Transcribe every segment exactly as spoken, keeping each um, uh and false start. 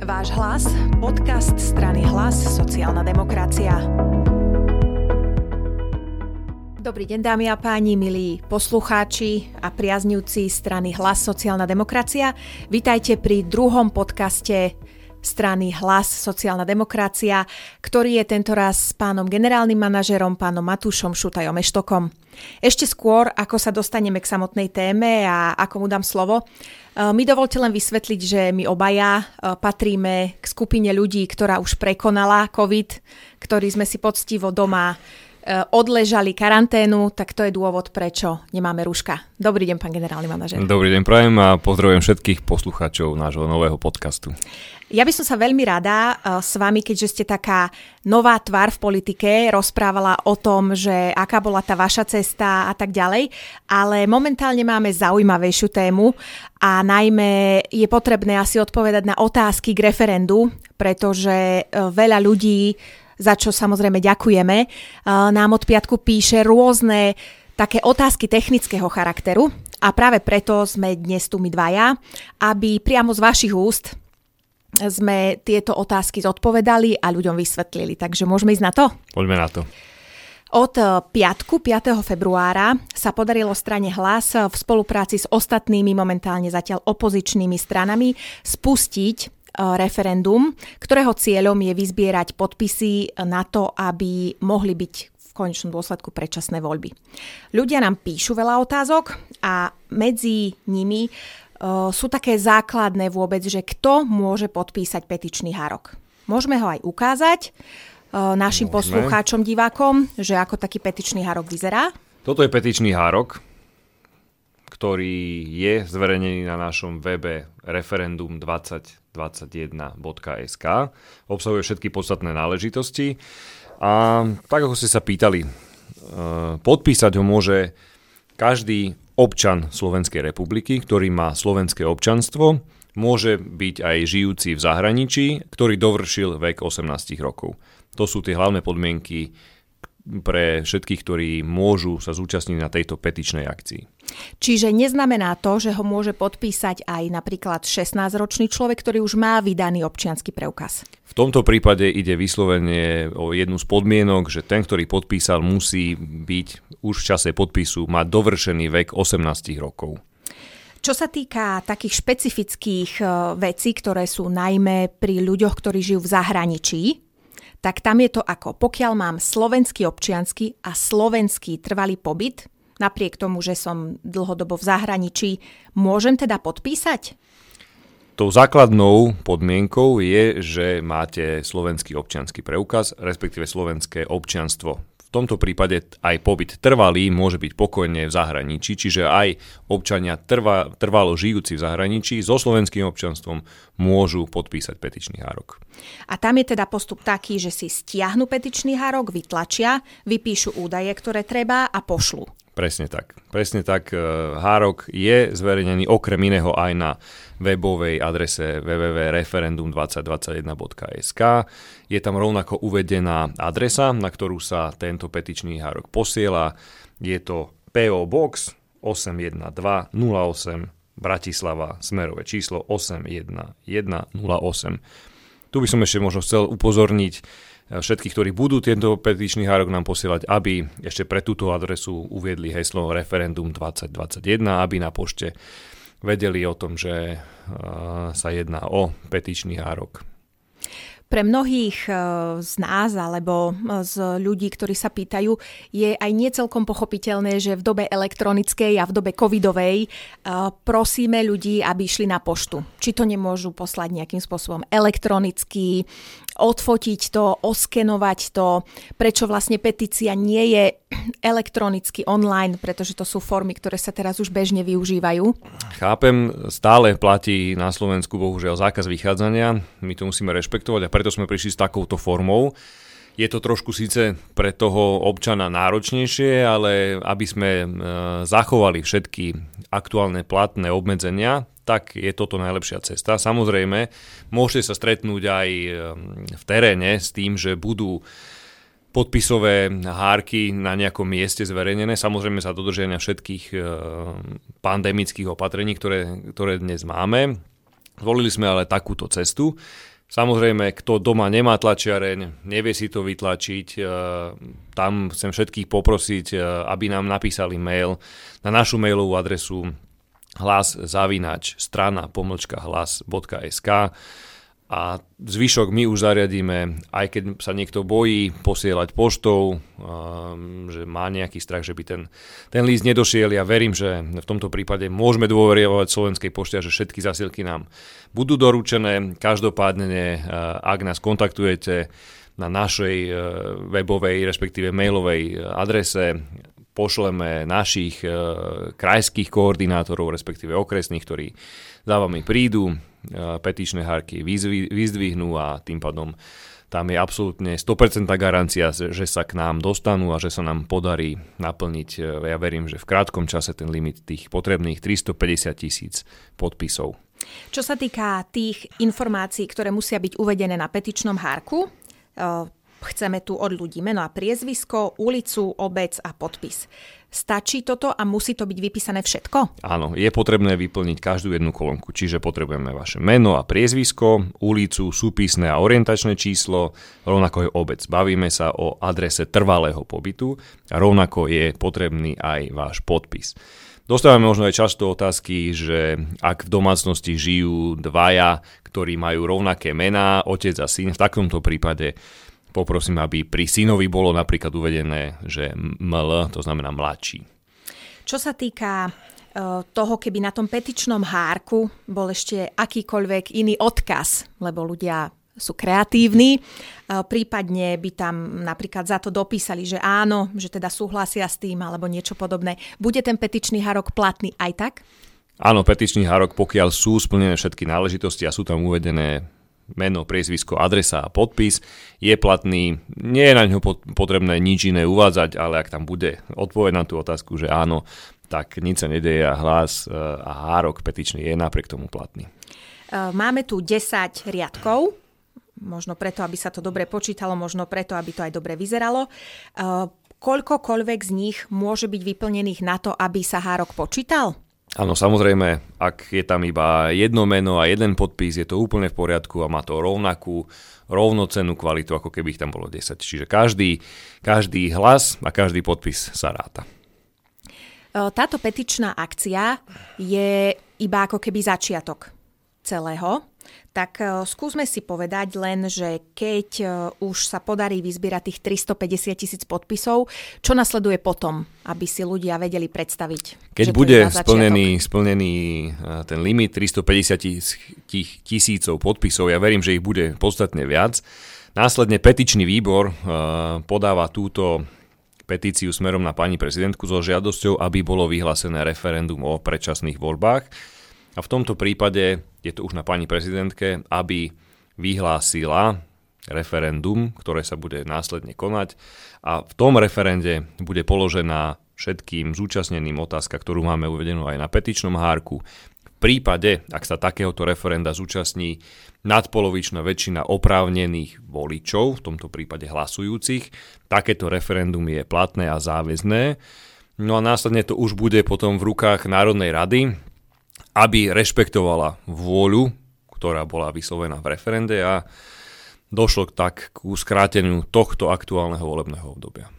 Váš hlas, podcast strany Hlas, sociálna demokracia. Dobrý deň, dámy a páni, milí poslucháči a priaznivci strany Hlas, sociálna demokracia. Vítajte pri druhom podcaste strany Hlas, sociálna demokracia, ktorý je tentoraz s pánom generálnym manažérom, pánom Matúšom Šutajom Eštokom. Ešte skôr, ako sa dostaneme k samotnej téme a ako mu dám slovo, mi dovolte len vysvetliť, že my obaja patríme k skupine ľudí, ktorá už prekonala COVID, ktorí sme si poctivo doma odležali karanténu, tak to je dôvod, prečo nemáme rúška. Dobrý deň, pán generálny manažér. Dobrý deň, prajem a pozdravujem všetkých poslucháčov nášho nového podcastu. Ja by som sa veľmi rada s vami, keďže ste taká nová tvár v politike, rozprávala o tom, že aká bola tá vaša cesta a tak ďalej, ale momentálne máme zaujímavejšiu tému a najmä je potrebné asi odpovedať na otázky k referendu, pretože veľa ľudí, za čo samozrejme ďakujeme, nám od piatku píše rôzne také otázky technického charakteru a práve preto sme dnes tu my dvaja, aby priamo z vašich úst sme tieto otázky zodpovedali a ľuďom vysvetlili. Takže môžeme ísť na to? Poďme na to. Od piatku, piateho februára sa podarilo strane Hlas v spolupráci s ostatnými momentálne zatiaľ opozičnými stranami spustiť referendum, ktorého cieľom je vyzbierať podpisy na to, aby mohli byť v konečnom dôsledku predčasné voľby. Ľudia nám píšu veľa otázok a medzi nimi uh, sú také základné vôbec, že kto môže podpísať petičný hárok. Môžeme ho aj ukázať uh, našim Môžeme. poslucháčom, divákom, že ako taký petičný hárok vyzerá. Toto je petičný hárok, ktorý je zverejnený na našom webe referendum dvadsať dvadsaťjeden bodka es ká. Obsahuje všetky podstatné náležitosti a tak ako ste sa pýtali, podpísať ho môže každý občan Slovenskej republiky, ktorý má slovenské občanstvo, môže byť aj žijúci v zahraničí, ktorý dovršil vek osemnásť rokov. To sú tie hlavné podmienky pre všetkých, ktorí môžu sa zúčastniť na tejto petičnej akcii. Čiže neznamená to, že ho môže podpísať aj napríklad šestnásťročný človek, ktorý už má vydaný občiansky preukaz? V tomto prípade ide vyslovene o jednu z podmienok, že ten, ktorý podpísal, musí byť už v čase podpisu, mať dovršený vek osemnásť rokov. Čo sa týka takých špecifických vecí, ktoré sú najmä pri ľuďoch, ktorí žijú v zahraničí, tak tam je to ako, pokiaľ mám slovenský občiansky a slovenský trvalý pobyt, napriek tomu, že som dlhodobo v zahraničí, môžem teda podpísať? Tou základnou podmienkou je, že máte slovenský občiansky preukaz, respektíve slovenské občianstvo. V tomto prípade aj pobyt trvalý môže byť pokojne v zahraničí, čiže aj občania trva, trvalo žijúci v zahraničí so slovenským občianstvom môžu podpísať petičný hárok. A tam je teda postup taký, že si stiahnu petičný hárok, vytlačia, vypíšu údaje, ktoré treba a pošlu. Presne tak. Presne tak. Hárok je zverejnený okrem iného aj na webovej adrese w w w bodka referendum dvadsať dvadsaťjeden bodka es ká. Je tam rovnako uvedená adresa, na ktorú sa tento petičný hárok posiela. Je to pé ó Box osem jeden dva nula osem Bratislava, smerové číslo osem jeden jeden nula osem. Tu by som ešte možno chcel upozorniť všetkých, ktorí budú tento petičný hárok nám posielať, aby ešte pre túto adresu uviedli heslo referendum dvadsať dvadsaťjeden, aby na pošte vedeli o tom, že sa jedná o petičný hárok. Pre mnohých z nás alebo z ľudí, ktorí sa pýtajú, je aj niecelkom pochopiteľné, že v dobe elektronickej a v dobe covidovej prosíme ľudí, aby išli na poštu. Či to nemôžu poslať nejakým spôsobom elektronicky, odfotiť to, oskenovať to, prečo vlastne petícia nie je elektronicky online, pretože to sú formy, ktoré sa teraz už bežne využívajú. Chápem, stále platí na Slovensku bohužiaľ zákaz vychádzania, my to musíme rešpektovať a preto sme prišli s takouto formou. Je to trošku síce pre toho občana náročnejšie, ale aby sme zachovali všetky aktuálne platné obmedzenia, tak je toto najlepšia cesta. Samozrejme, môžete sa stretnúť aj v teréne s tým, že budú podpisové hárky na nejakom mieste zverejnené, samozrejme za dodržania všetkých pandemických opatrení, ktoré, ktoré dnes máme. Zvolili sme ale takúto cestu. Samozrejme, kto doma nemá tlačiareň, nevie si to vytlačiť, tam chcem všetkých poprosiť, aby nám napísali mail na našu mailovú adresu hlas zavináč strana pomlčka hlas bodka es ká a zvyšok my už zariadíme, aj keď sa niekto bojí posielať poštou, že má nejaký strach, že by ten, ten list nedošiel. Ja verím, že v tomto prípade môžeme dôverovať Slovenskej pošte a že všetky zasielky nám budú doručené. Každopádne, ak nás kontaktujete na našej webovej, respektíve mailovej adrese, pošleme našich krajských koordinátorov, respektíve okresných, ktorí za vami prídu, petičné hárky vyzdvihnú a tým pádom tam je absolútne sto percent garancia, že sa k nám dostanú a že sa nám podarí naplniť, ja verím, že v krátkom čase ten limit tých potrebných tristopäťdesiat tisíc podpisov. Čo sa týka tých informácií, ktoré musia byť uvedené na petičnom hárku, chceme tu od ľudí meno a priezvisko, ulicu, obec a podpis. Stačí toto a musí to byť vypísané všetko? Áno, je potrebné vyplniť každú jednu kolónku, čiže potrebujeme vaše meno a priezvisko, ulicu, súpisné a orientačné číslo, rovnako je obec. Bavíme sa o adrese trvalého pobytu a rovnako je potrebný aj váš podpis. Dostávame možno aj často otázky, že ak v domácnosti žijú dvaja, ktorí majú rovnaké mená, otec a syn, v takomto prípade poprosím, aby pri synovi bolo napríklad uvedené, že em el, to znamená mladší. Čo sa týka uh, toho, keby na tom petičnom hárku bol ešte akýkoľvek iný odkaz, lebo ľudia sú kreatívni, uh, prípadne by tam napríklad za to dopísali, že áno, že teda súhlasia s tým alebo niečo podobné. Bude ten petičný hárok platný aj tak? Áno, petičný hárok, pokiaľ sú splnené všetky náležitosti a sú tam uvedené meno, priezvisko, adresa a podpis, je platný. Nie je na ňo potrebné nič iné uvádzať, ale ak tam bude odpoveď na tú otázku, že áno, tak nič sa nedeje a hlas a hárok petičný je napriek tomu platný. Máme tu desať riadkov, možno preto, aby sa to dobre počítalo, možno preto, aby to aj dobre vyzeralo. Koľkokoľvek z nich môže byť vyplnených na to, aby sa hárok počítal? Áno, samozrejme, ak je tam iba jedno meno a jeden podpis, je to úplne v poriadku a má to rovnakú, rovnocennú kvalitu, ako keby ich tam bolo desať. Čiže každý, každý hlas a každý podpis sa ráta. Táto petičná akcia je iba ako keby začiatok celého. Tak skúsme si povedať len, že keď už sa podarí vyzbierať tých tristopäťdesiat tisíc podpisov, čo nasleduje potom, aby si ľudia vedeli predstaviť? Keď bude splnený, splnený ten limit tristopäťdesiat tisícov podpisov, ja verím, že ich bude podstatne viac, následne petičný výbor podáva túto petíciu smerom na pani prezidentku so žiadosťou, aby bolo vyhlásené referendum o predčasných voľbách. A v tomto prípade je to už na pani prezidentke, aby vyhlásila referendum, ktoré sa bude následne konať. A v tom referende bude položená všetkým zúčastneným otázka, ktorú máme uvedenú aj na petičnom hárku. V prípade, ak sa takéhoto referenda zúčastní nadpolovičná väčšina oprávnených voličov, v tomto prípade hlasujúcich, takéto referendum je platné a záväzné. No a následne to už bude potom v rukách Národnej rady, aby rešpektovala vôľu, ktorá bola vyslovená v referende a došlo tak k skráteniu tohto aktuálneho volebného obdobia.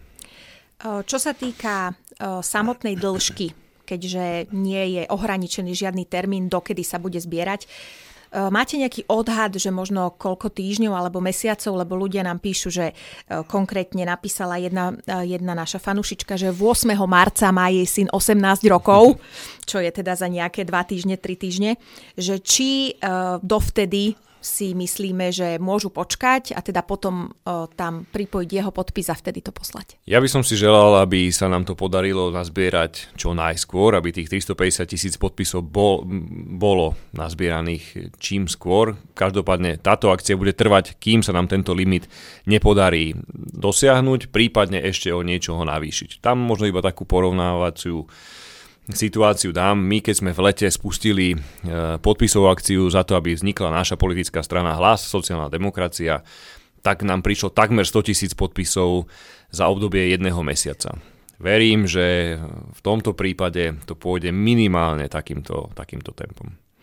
Čo sa týka samotnej dĺžky, keďže nie je ohraničený žiadny termín, dokedy sa bude zbierať, máte nejaký odhad, že možno koľko týždňov alebo mesiacov, lebo ľudia nám píšu, že konkrétne napísala jedna, jedna naša fanušička, že ôsmeho marca má jej syn osemnásť rokov, čo je teda za nejaké dva týždne, tri týždne, že či dovtedy si myslíme, že môžu počkať a teda potom o, tam pripojiť jeho podpis a vtedy to poslať. Ja by som si želal, aby sa nám to podarilo nazbierať čo najskôr, aby tých tristopäťdesiat tisíc podpisov bol, bolo nazbieraných čím skôr. Každopádne táto akcia bude trvať, kým sa nám tento limit nepodarí dosiahnuť, prípadne ešte o niečoho navýšiť. Tam možno iba takú porovnávaciu situáciu dám. My, keď sme v lete spustili podpisovú akciu za to, aby vznikla naša politická strana Hlas, sociálna demokracia, tak nám prišlo takmer sto tisíc podpisov za obdobie jedného mesiaca. Verím, že v tomto prípade to pôjde minimálne takýmto, takýmto tempom.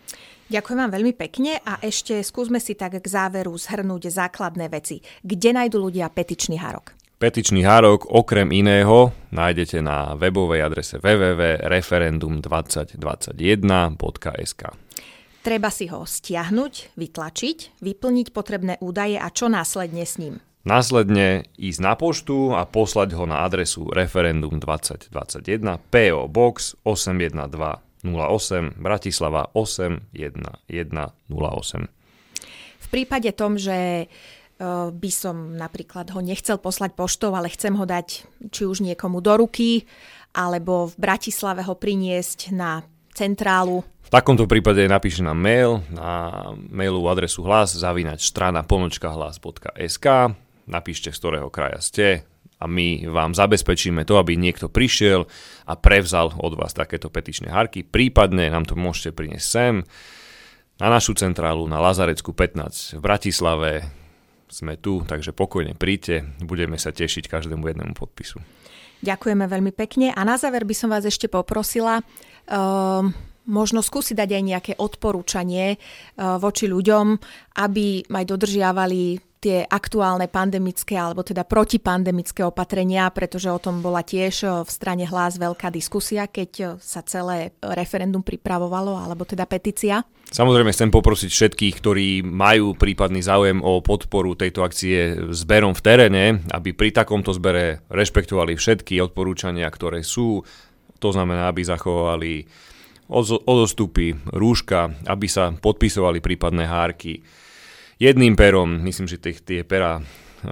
Ďakujem vám veľmi pekne a ešte skúsme si tak k záveru zhrnúť základné veci. Kde nájdu ľudia petičný hárok? Petičný hárok okrem iného nájdete na webovej adrese w w w bodka referendum dvadsať dvadsaťjeden bodka es ká. Treba si ho stiahnuť, vytlačiť, vyplniť potrebné údaje a čo následne s ním? Následne ísť na poštu a poslať ho na adresu referendum dvadsať dvadsaťjeden pé ó Box osem jeden dva nula osem Bratislava osem jeden jeden nula osem. V prípade tom, že by som napríklad ho nechcel poslať poštou, ale chcem ho dať či už niekomu do ruky, alebo v Bratislave ho priniesť na centrálu. V takomto prípade napíšte nám mail na mailovú adresu hlas zavínač strana ponočka hlas bodka es ká. Napíšte, z ktorého kraja ste a my vám zabezpečíme to, aby niekto prišiel a prevzal od vás takéto petičné hárky. Prípadne nám to môžete priniesť sem na našu centrálu na Lazarecku pätnásť v Bratislave. Sme tu, takže pokojne príďte. Budeme sa tešiť každému jednému podpisu. Ďakujeme veľmi pekne a na záver by som vás ešte poprosila um, možno skúsiť dať aj nejaké odporúčanie uh, voči ľuďom, aby aj dodržiavali tie aktuálne pandemické alebo teda protipandemické opatrenia, pretože o tom bola tiež v strane Hlas veľká diskusia, keď sa celé referendum pripravovalo, alebo teda petícia. Samozrejme chcem poprosiť všetkých, ktorí majú prípadný záujem o podporu tejto akcie zberom v teréne, aby pri takomto zbere rešpektovali všetky odporúčania, ktoré sú. To znamená, aby zachovali odostupy, rúška, aby sa podpisovali prípadné hárky jedným perom. Myslím, že tie, tie pera uh,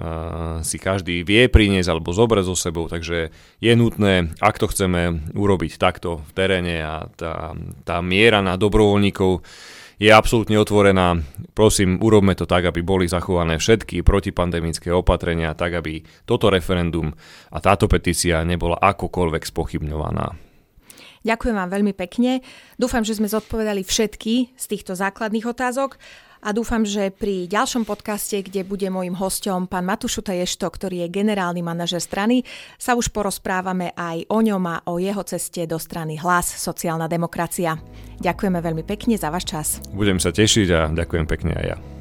si každý vie priniesť alebo zobrať so sebou, takže je nutné, ak to chceme urobiť takto v teréne a tá, tá miera na dobrovoľníkov je absolútne otvorená. Prosím, urobme to tak, aby boli zachované všetky protipandemické opatrenia, tak aby toto referendum a táto petícia nebola akokoľvek spochybňovaná. Ďakujem vám veľmi pekne. Dúfam, že sme zodpovedali všetky z týchto základných otázok. A dúfam, že pri ďalšom podcaste, kde bude môjim hosťom pán Matúš Šutaj-Eštok, ktorý je generálny manažer strany, sa už porozprávame aj o ňom a o jeho ceste do strany Hlas sociálna demokracia. Ďakujeme veľmi pekne za váš čas. Budem sa tešiť a ďakujem pekne aj ja.